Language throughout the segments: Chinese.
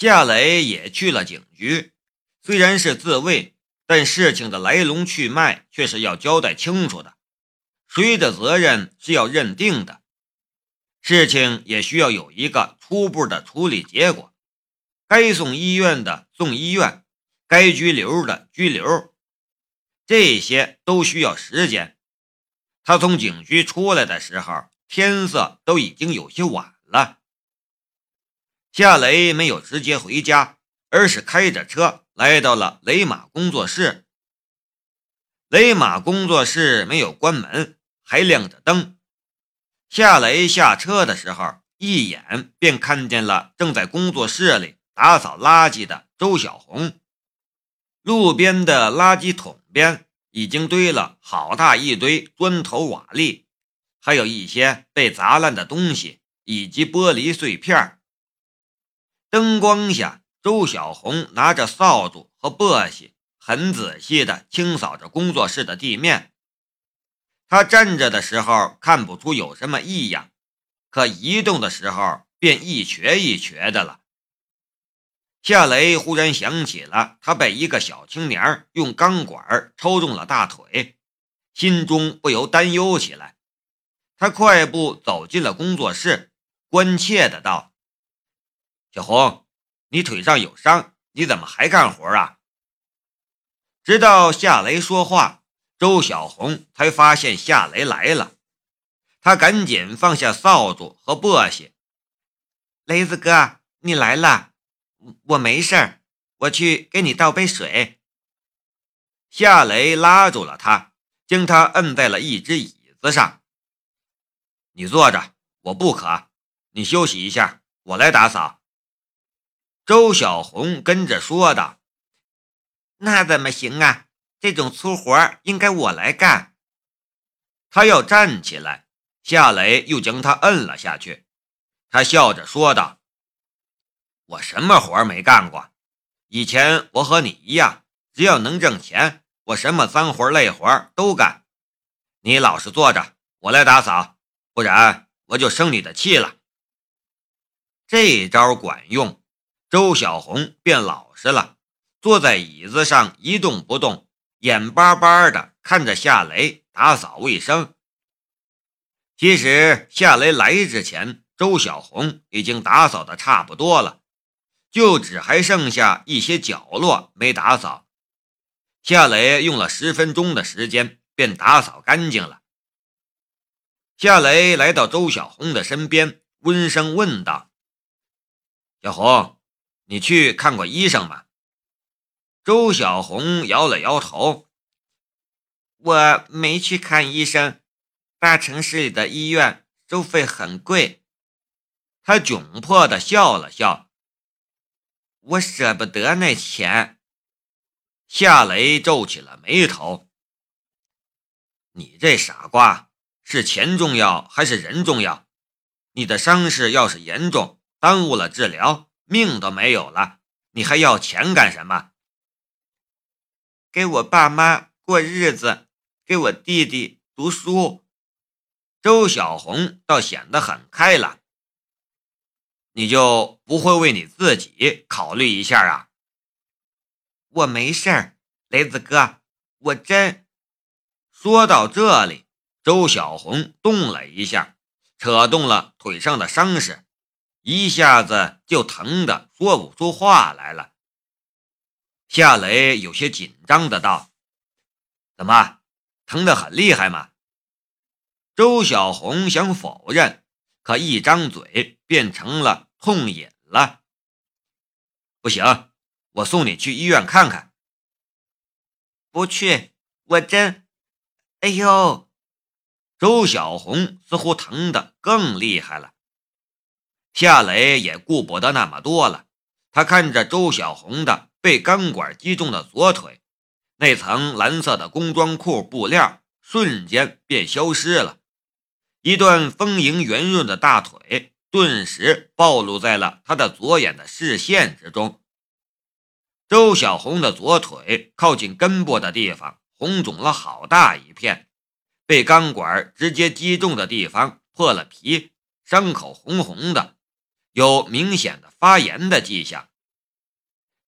夏雷也去了警局，虽然是自卫，但事情的来龙去脉却是要交代清楚的，谁的责任是要认定的，事情也需要有一个初步的处理结果，该送医院的送医院，该拘留的拘留，这些都需要时间。他从警局出来的时候，天色都已经有些晚了。夏雷没有直接回家，而是开着车来到了雷马工作室。雷马工作室没有关门，还亮着灯。夏雷下车的时候，一眼便看见了正在工作室里打扫垃圾的周小红。路边的垃圾桶边已经堆了好大一堆砖头瓦砾，还有一些被砸烂的东西以及玻璃碎片。灯光下，周小红拿着扫帚和簸箕，很仔细地清扫着工作室的地面。她站着的时候看不出有什么异样，可移动的时候便一瘸一瘸的了。夏雷忽然想起了他被一个小青年用钢管抽中了大腿，心中不由担忧起来。他快步走进了工作室，关切的道：小红，你腿上有伤，你怎么还干活啊？直到夏雷说话，周小红才发现夏雷来了。他赶紧放下扫帚和簸箕。雷子哥，你来了，我没事儿，我去给你倒杯水。夏雷拉住了他，将他摁在了一只椅子上。你坐着，我不渴，你休息一下，我来打扫。周小红跟着说道：那怎么行啊，这种粗活应该我来干。他要站起来，夏雷又将他摁了下去。他笑着说道：我什么活没干过，以前我和你一样，只要能挣钱，我什么脏活累活都干。你老实坐着，我来打扫，不然我就生你的气了。这招管用，周小红变老实了，坐在椅子上一动不动，眼巴巴地看着夏雷打扫卫生。其实夏雷来之前，周小红已经打扫得差不多了，就只还剩下一些角落没打扫。夏雷用了10分钟的时间便打扫干净了。夏雷来到周小红的身边，温声问道：小红，你去看过医生吗？周小红摇了摇头：我没去看医生，大城市里的医院收费很贵。他窘迫地笑了笑：我舍不得那钱。夏雷皱起了眉头：你这傻瓜，是钱重要还是人重要？你的伤势要是严重，耽误了治疗，命都没有了，你还要钱干什么？给我爸妈过日子，给我弟弟读书。周小红倒显得很开朗。你就不会为你自己考虑一下啊？我没事儿，雷子哥，我真……说到这里，周小红动了一下，扯动了腿上的伤势，一下子就疼得说不出话来了。夏雷有些紧张的道：怎么，疼得很厉害吗？周小红想否认，可一张嘴变成了痛饮了。不行，我送你去医院看看。不去，我真……哎呦！周小红似乎疼得更厉害了。夏雷也顾不得那么多了，他看着周小红的被钢管击中的左腿，那层蓝色的工装裤布料瞬间便消失了，一段丰盈圆润的大腿顿时暴露在了他的左眼的视线之中。周小红的左腿靠近根部的地方红肿了好大一片，被钢管直接击中的地方破了皮，伤口红红的，有明显的发炎的迹象，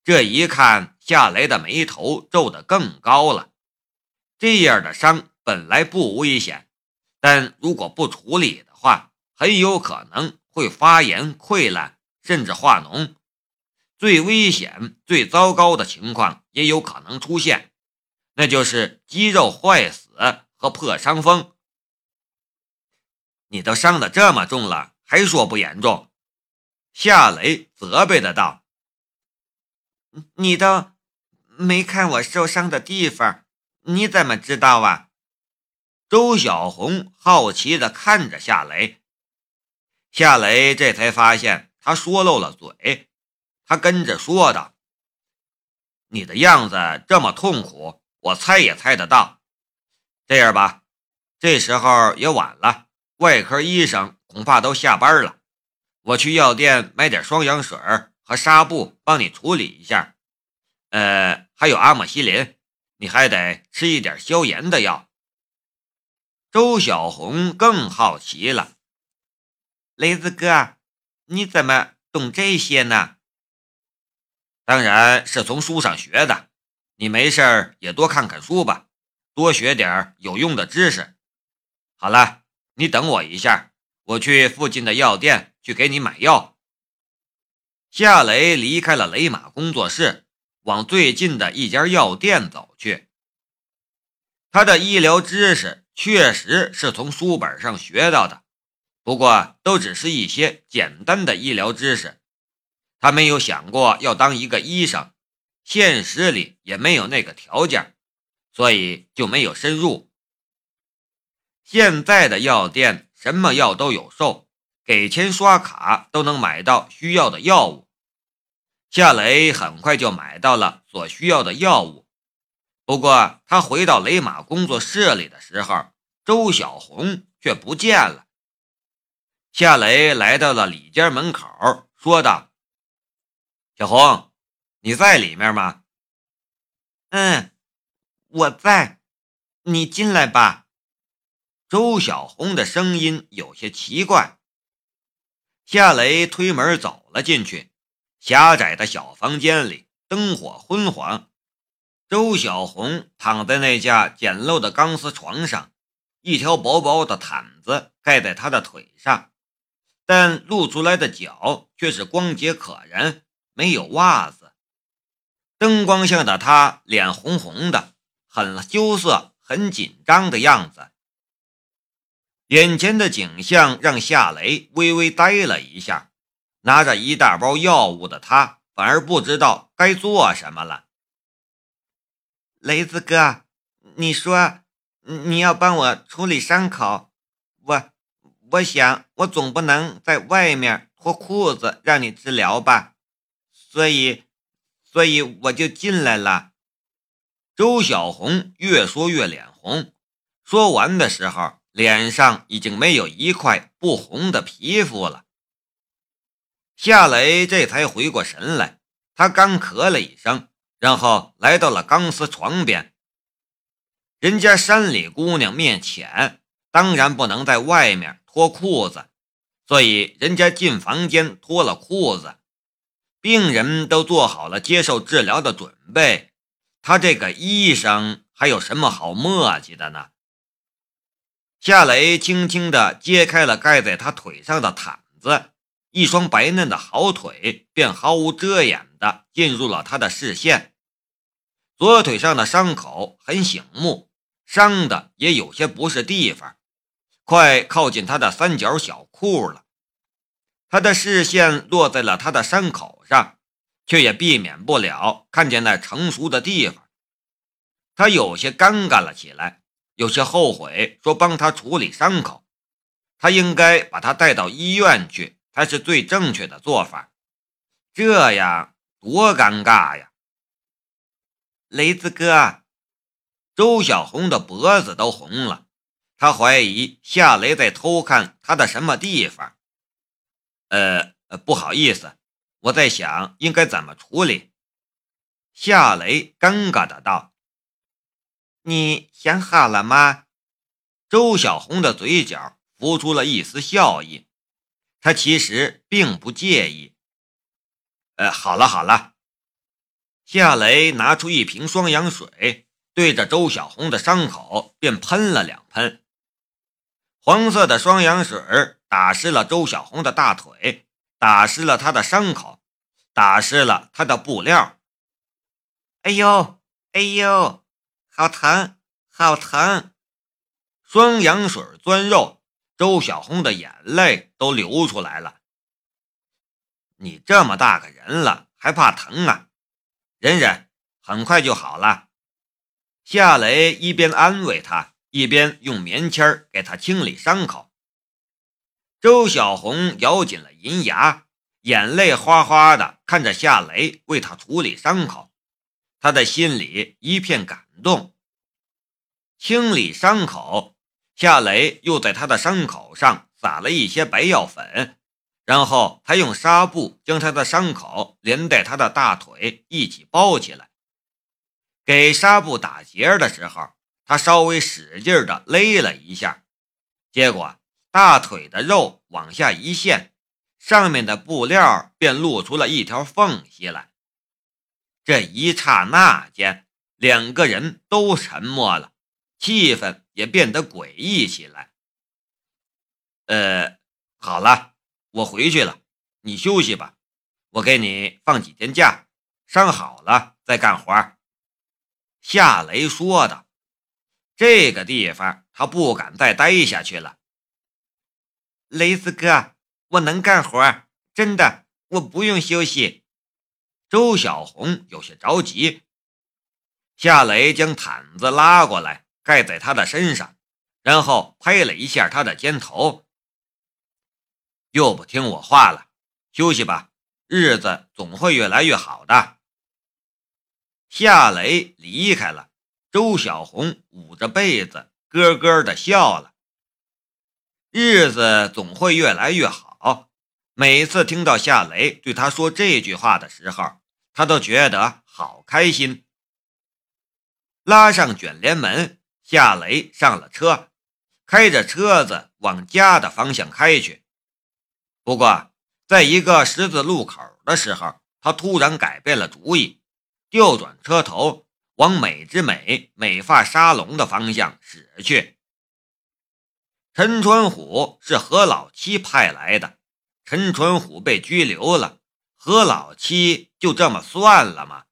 这一看，夏雷的眉头皱得更高了。这样的伤本来不危险，但如果不处理的话，很有可能会发炎溃烂，甚至化脓。最危险、最糟糕的情况也有可能出现，那就是肌肉坏死和破伤风。你都伤得这么重了，还说不严重？夏雷责备的道。 你都没看我受伤的地方，你怎么知道啊？ 周小红好奇地看着夏雷。夏雷这才发现他说漏了嘴，他跟着说道：你的样子这么痛苦，我猜也猜得到。这样吧，这时候也晚了，外科医生恐怕都下班了，我去药店买点双氧水和纱布帮你处理一下。还有阿莫西林，你还得吃一点消炎的药。周小红更好奇了。 雷子哥，你怎么懂这些呢？ 当然是从书上学的，你没事儿也多看看书吧，多学点有用的知识。好了，你等我一下，我去附近的药店去给你买药。夏雷离开了雷马工作室，往最近的一家药店走去。他的医疗知识确实是从书本上学到的，不过都只是一些简单的医疗知识。他没有想过要当一个医生，现实里也没有那个条件，所以就没有深入。现在的药店什么药都有售，给钱刷卡都能买到需要的药物。夏雷很快就买到了所需要的药物，不过他回到雷马工作室里的时候，周小红却不见了。夏雷来到了里间门口，说道：小红，你在里面吗？ 我在，你进来吧。 周小红的声音有些奇怪。夏雷推门走了进去，狭窄的小房间里灯火昏黄。周小红躺在那架简陋的钢丝床上，一条薄薄的毯子盖在她的腿上，但露出来的脚却是光洁可人，没有袜子。灯光下的她脸红红的，很羞涩，很紧张的样子。眼前的景象让夏雷微微呆了一下，拿着一大包药物的他反而不知道该做什么了。 雷子哥，你说你要帮我处理伤口，我想我总不能在外面脱裤子让你治疗吧，所以我就进来了。 周小红越说越脸红，说完的时候脸上已经没有一块不红的皮肤了。夏雷这才回过神来，他干咳了一声，然后来到了钢丝床边。人家山里姑娘面前，当然不能在外面脱裤子，所以人家进房间脱了裤子。病人都做好了接受治疗的准备，他这个医生还有什么好墨迹的呢？夏雷轻轻地揭开了盖在他腿上的毯子，一双白嫩的好腿便毫无遮掩地进入了他的视线。左腿上的伤口很醒目，伤的也有些不是地方，快靠近他的三角小裤了。他的视线落在了他的伤口上，却也避免不了看见那成熟的地方。他有些尴尬了起来，有些后悔说帮他处理伤口，他应该把他带到医院去才是最正确的做法，这样多尴尬呀。 雷子哥， 周小红的脖子都红了，他怀疑夏雷在偷看他的什么地方。不好意思，我在想应该怎么处理。夏雷尴尬的道。 你想好了吗？ 周小红的嘴角浮出了一丝笑意，他其实并不介意。好了好了。 夏雷拿出一瓶双氧水，对着周小红的伤口便喷了2喷。黄色的双氧水打湿了周小红的大腿，打湿了她的伤口，打湿了她的布料。 哎呦，哎呦，好疼，好疼！ 双氧水钻肉，周小红的眼泪都流出来了。你这么大个人了，还怕疼啊？忍忍，很快就好了。夏雷一边安慰他，一边用棉签给他清理伤口。周小红咬紧了银牙，眼泪哗哗的看着夏雷为他处理伤口，他的心里一片感动。清理伤口，夏雷又在他的伤口上撒了一些白药粉，然后他用纱布将他的伤口连带他的大腿一起包起来。给纱布打结的时候，他稍微使劲的勒了一下，结果大腿的肉往下一陷，上面的布料便露出了一条缝隙来。这一刹那间，2个人都沉默了，气氛也变得诡异起来。好了，我回去了，你休息吧，我给你放几天假，伤好了再干活。夏雷说的。这个地方他不敢再待下去了。 雷子哥，我能干活，真的，我不用休息。 周小红有些着急。夏雷将毯子拉过来盖在他的身上，然后拍了一下他的肩头。又不听我话了，休息吧，日子总会越来越好的。夏雷离开了，周小红捂着被子咯咯地笑了。日子总会越来越好，每次听到夏雷对他说这句话的时候，他都觉得好开心。拉上卷帘门，夏雷上了车，开着车子往家的方向开去。不过在一个十字路口的时候，他突然改变了主意，调转车头往美之美美发沙龙的方向驶去。陈传虎是何老七派来的，陈传虎被拘留了，何老七就这么算了吗？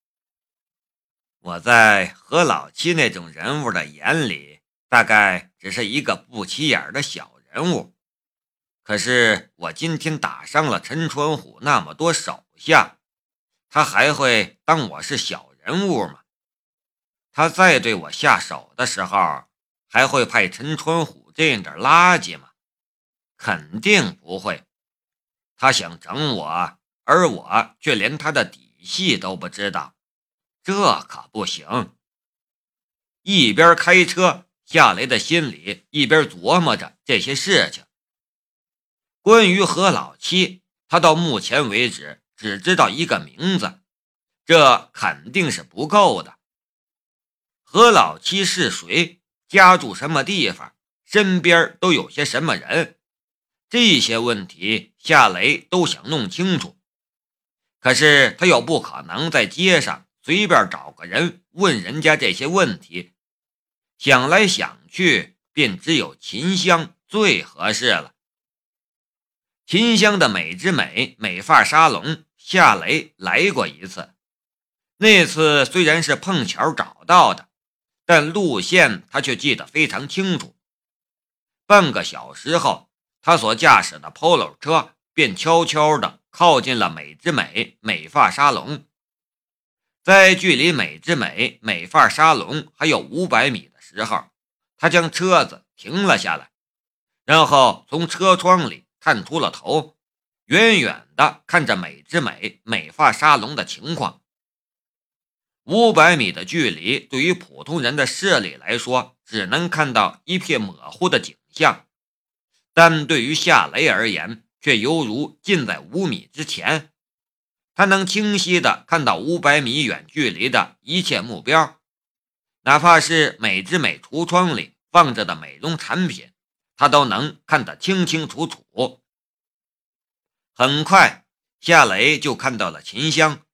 我在何老七那种人物的眼里，大概只是一个不起眼的小人物。可是我今天打伤了陈传虎那么多手下，他还会当我是小人物吗？他再对我下手的时候，还会派陈传虎这样的垃圾吗？肯定不会。他想整我，而我却连他的底细都不知道，这可不行。一边开车，夏雷的心里一边琢磨着这些事情。关于何老七，他到目前为止只知道一个名字，这肯定是不够的。何老七是谁？家住什么地方？身边都有些什么人？这些问题夏雷都想弄清楚。可是他又不可能在街上随便找个人问人家这些问题。想来想去，便只有秦香最合适了。秦香的美之美美发沙龙，夏雷来过一次。那次虽然是碰巧找到的，但路线他却记得非常清楚。半个小时后，他所驾驶的 Polo 车便悄悄地靠近了美之美美发沙龙。在距离美之美美发沙龙还有500米的时候，他将车子停了下来，然后从车窗里探出了头，远远地看着美之美美发沙龙的情况。500米的距离对于普通人的视力来说，只能看到一片模糊的景象，但对于夏雷而言，却犹如近在5米之前。他能清晰地看到500米远距离的一切目标，哪怕是美之美橱窗里放着的美容产品，他都能看得清清楚楚。很快，夏雷就看到了秦香，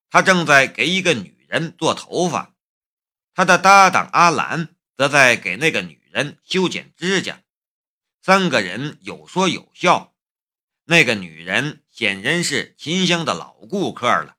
他正在给一个女人做头发，他的搭档阿兰则在给那个女人修剪指甲。3个人有说有笑。那个女人显然是秦香的老顾客了。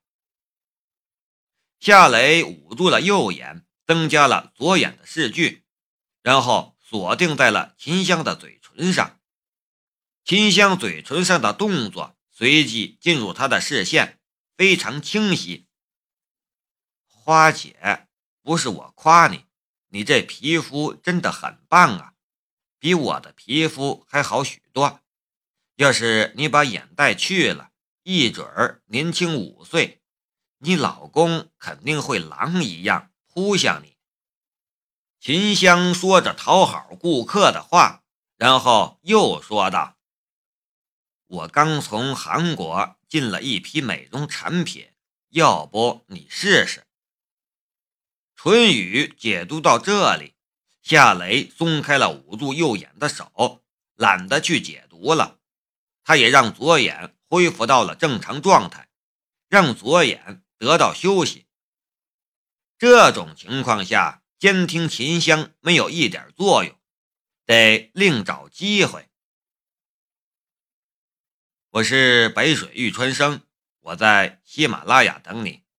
夏雷捂住了右眼，增加了左眼的视距，然后锁定在了秦香的嘴唇上。秦香嘴唇上的动作随即进入他的视线，非常清晰。花姐，不是我夸你，你这皮肤真的很棒啊，比我的皮肤还好许多。要是你把眼袋去了，一准儿年轻5岁，你老公肯定会狼一样扑向你。秦香说着讨好顾客的话，然后又说道：我刚从韩国进了一批美容产品，要不你试试？唇语解读到这里，夏雷松开了捂住右眼的手，懒得去解读了。他也让左眼恢复到了正常状态，让左眼得到休息。这种情况下，监听秦香没有一点作用，得另找机会。我是北水玉川生，我在喜马拉雅等你。